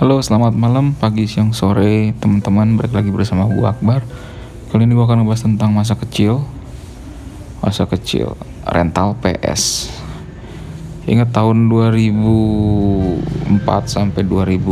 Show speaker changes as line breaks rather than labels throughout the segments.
Halo, selamat malam, pagi, siang, sore, teman-teman. Balik lagi bersama gua Akbar. Kali ini gua akan ngebahas tentang masa kecil, rental PS. Ingat tahun 2004 sampai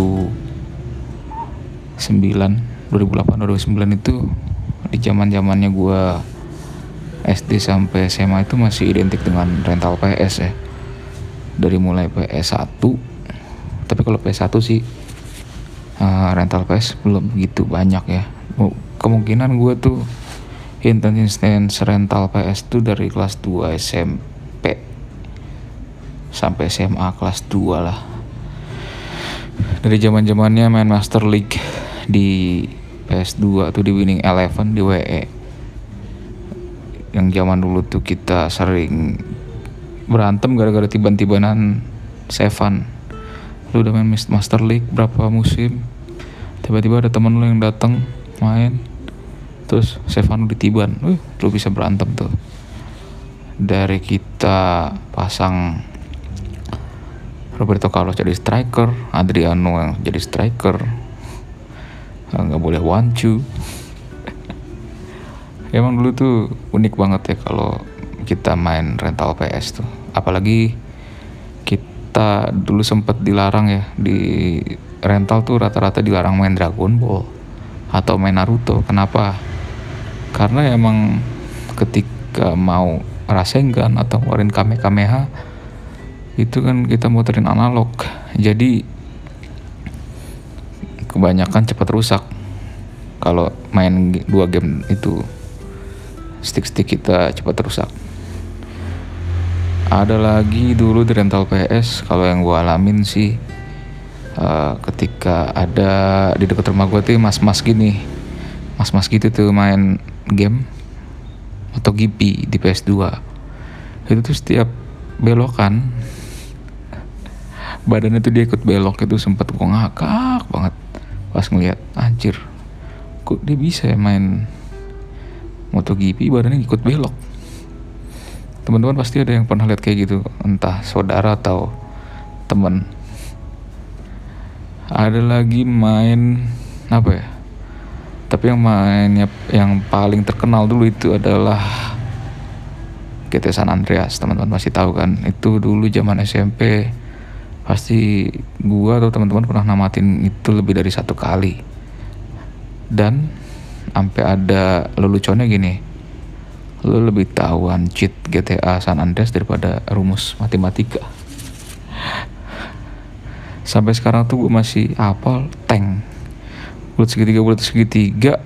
2009, 2008, 2009 itu di zaman-zamannya gua SD sampai SMA itu masih identik dengan rental PS ya. Dari mulai PS1, tapi kalau PS1 sih rental PS belum begitu banyak ya. Kemungkinan gue tuh intens rental PS tuh dari kelas 2 SMP sampai SMA kelas 2 lah. Dari zaman-zamannya main Master League di PS2 tuh di Winning Eleven di WE. Yang zaman dulu tuh kita sering berantem gara-gara tiban-tibanan Sevan. Lu udah main Master League berapa musim, tiba-tiba ada temen lu yang datang main, terus Sevan lu ditiban, lu bisa berantem tuh. Dari kita pasang Roberto Carlos jadi striker, Adriano yang jadi striker, nggak boleh one-two. Emang dulu tuh unik banget ya kalau kita main rental PS tuh. Apalagi kita dulu sempat dilarang ya, di rental tuh rata-rata dilarang main Dragon Ball atau main Naruto. Kenapa? Karena emang ketika mau Rasengan atau ngeluarin Kamehameha itu kan kita muterin analog, jadi kebanyakan cepat rusak kalau main 2 game itu. Stick kita cepat rusak. Ada lagi dulu di rental PS, kalau yang gue alamin sih ketika ada di dekat rumah gue tuh mas-mas gitu tuh main game MotoGP di PS2. Itu tuh setiap belokan badannya tuh dia ikut belok, itu sempet gue ngakak banget pas ngeliat, anjir kok dia bisa ya main MotoGP badannya ikut belok. Teman-teman pasti ada yang pernah lihat kayak gitu, entah saudara atau teman. Ada lagi main apa ya? Tapi yang mainnya yang paling terkenal dulu itu adalah GTA San Andreas. Teman-teman pasti tahu kan? Itu dulu zaman SMP. Pasti gua atau teman-teman pernah namatin itu lebih dari 1 kali. Dan sampai ada leluconnya gini. Lu lebih tahuan cheat GTA San Andreas daripada rumus matematika. Sampai sekarang tuh gue masih hafal tank, bulat segitiga,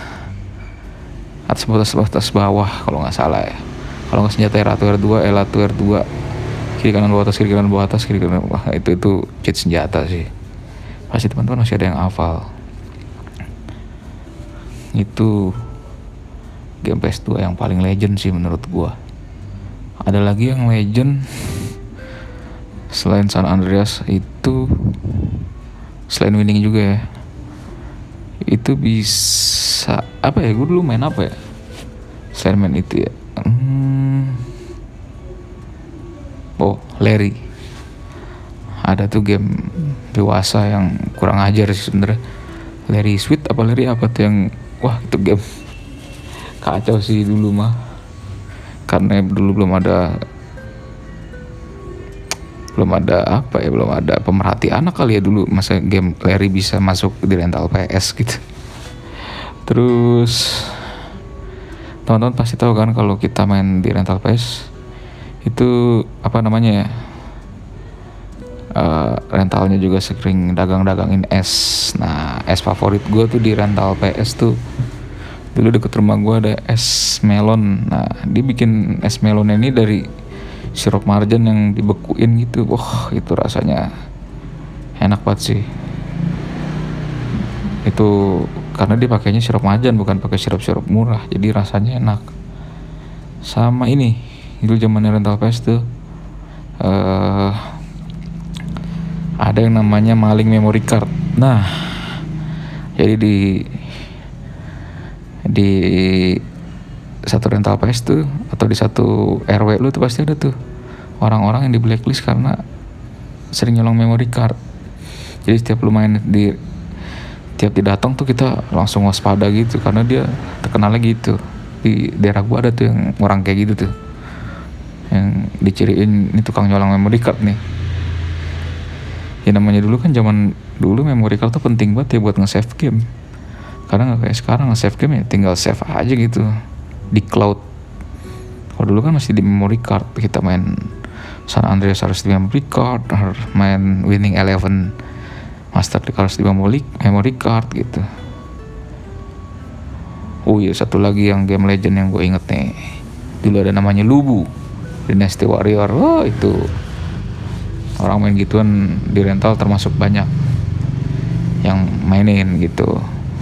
atas bawah kalau nggak salah ya. Kalau nggak senjata L1 R2, kiri kanan bawah atas, kiri kanan bawah. Itu cheat senjata sih. Pasti teman-teman masih ada yang hafal. Itu game PS2 yang paling legend sih menurut gua. Ada lagi yang legend selain San Andreas itu, selain Winning juga ya. Itu bisa apa ya? Gua dulu main apa ya? Selain main itu ya. Larry. Ada tuh game dewasa yang kurang ajar sih sebenarnya. Larry Sweet apa Larry apa tuh yang, wah itu game kacau sih dulu mah, karena dulu belum ada pemerhati anak kali ya dulu, masa game Larry bisa masuk di rental PS gitu. Terus teman-teman pasti tahu kan kalau kita main di rental PS itu apa namanya ya, rentalnya juga sering dagang-dagangin es. Nah, es favorit gue tuh di rental PS tuh dulu deket rumah gue ada es melon. Nah, dia bikin es melon ini dari sirup marjan yang dibekuin gitu. Wah, itu rasanya enak banget sih. Itu karena dia pakainya sirup marjan, bukan pakai sirup murah, jadi rasanya enak. Sama ini, dulu zamannya rental PS tuh ada yang namanya maling memory card. Nah, jadi di satu rental PS tuh atau di satu RW lu tuh pasti ada tuh orang-orang yang di blacklist karena sering nyolong memory card. Jadi setiap lu main tiap didatang tuh kita langsung waspada gitu, karena dia terkenalnya gitu. Di daerah gua ada tuh yang orang kayak gitu tuh, yang diciriin ini tukang nyolong memory card nih. Ya namanya dulu kan, zaman dulu memory card tuh penting banget ya buat nge-save game. Karena nggak kayak sekarang nge-save game ya tinggal save aja gitu di cloud. Kalau dulu kan masih di memory card, kita main San Andreas harus di memory card, main Winning Eleven Master League harus di memory card gitu. Oh iya, satu lagi yang game legend yang gue inget nih, dulu ada namanya Lubu, Dynasty Warrior. Wah itu orang main gituan di rental termasuk banyak yang mainin gitu.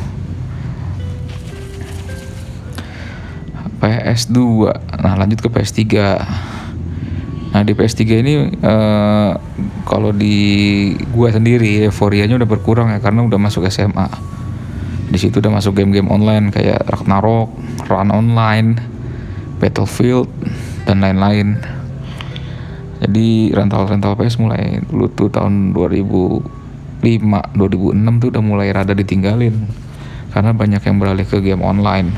PS2, nah lanjut ke PS3. Nah di PS3 ini kalau di gua sendiri euforianya udah berkurang ya, karena udah masuk SMA. Di situ udah masuk game-game online kayak Ragnarok, Run Online, Battlefield dan lain-lain. Jadi rental PS mulai dulu tuh tahun 2005, 2006 tuh udah mulai rada ditinggalin karena banyak yang beralih ke game online.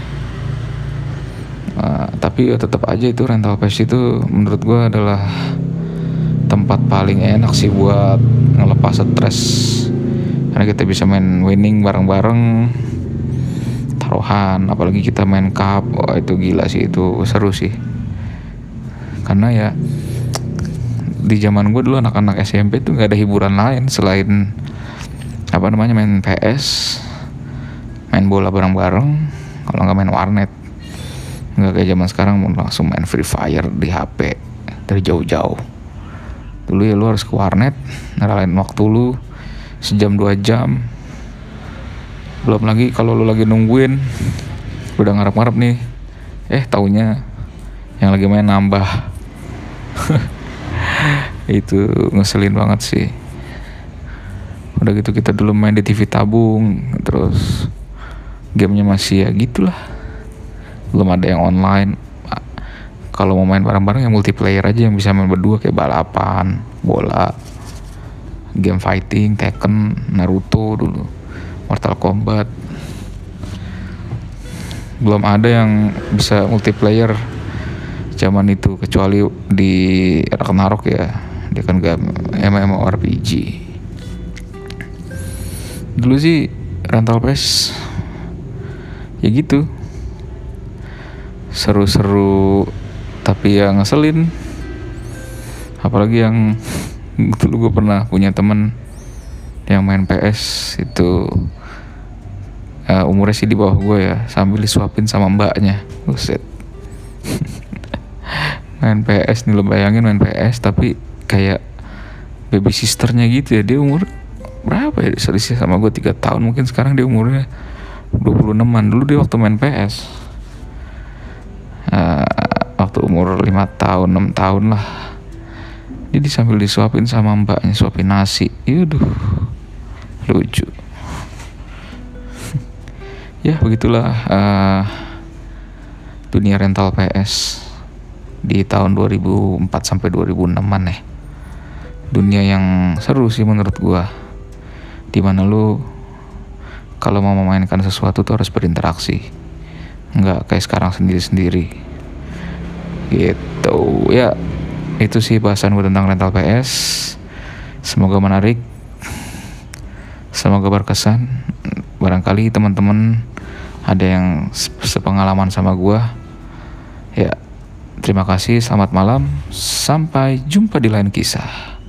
Tapi ya tetap aja itu rental PS itu menurut gue adalah tempat paling enak sih buat ngelepas stres, karena kita bisa main winning bareng-bareng, taruhan, apalagi kita main cup. Wah itu gila sih, itu seru sih. Karena ya di zaman gue dulu anak-anak SMP tuh nggak ada hiburan lain selain main PS, main bola bareng-bareng, kalau nggak main warnet. Nggak kayak zaman sekarang mau langsung main Free Fire di HP dari jauh-jauh. Dulu ya lu harus ke warnet, ngerayain waktu lu sejam 2 jam. Belum lagi kalau lu lagi nungguin, udah ngarep-ngarep nih, taunya yang lagi main nambah. Itu ngeselin banget sih. Udah gitu kita dulu main di TV tabung, terus gamenya masih ya gitulah, belum ada yang online. Kalau mau main bareng-bareng yang multiplayer aja, yang bisa main berdua kayak balapan, bola, game fighting, Tekken, Naruto dulu, Mortal Kombat. Belum ada yang bisa multiplayer zaman itu kecuali di Ragnarok ya, dia kan game MMORPG. Dulu sih rental PS ya gitu, seru-seru tapi ya ngeselin. Apalagi yang dulu gue pernah punya temen yang main PS itu, umurnya sih di bawah gue ya, sambil disuapin sama mbaknya. Buset. Main PS nih, lo bayangin main PS tapi kayak baby sisternya gitu ya. Dia umur berapa ya, selisih sama gue 3 tahun, mungkin sekarang dia umurnya 26an. Dulu dia waktu main PS waktu umur 5 tahun 6 tahun lah, jadi sambil disuapin sama mbaknya, suapin nasi. Yuduh, lucu. Ya begitulah dunia rental PS di tahun 2004 sampai 2006an ya. Dunia yang seru sih menurut gua, dimana lu kalau mau memainkan sesuatu tuh harus berinteraksi, nggak kayak sekarang sendiri-sendiri gitu ya. Itu sih bahasan gue tentang rental PS. Semoga menarik, semoga berkesan. Barangkali teman-teman ada yang sepengalaman sama gue ya. Terima kasih, selamat malam, sampai jumpa di lain kisah.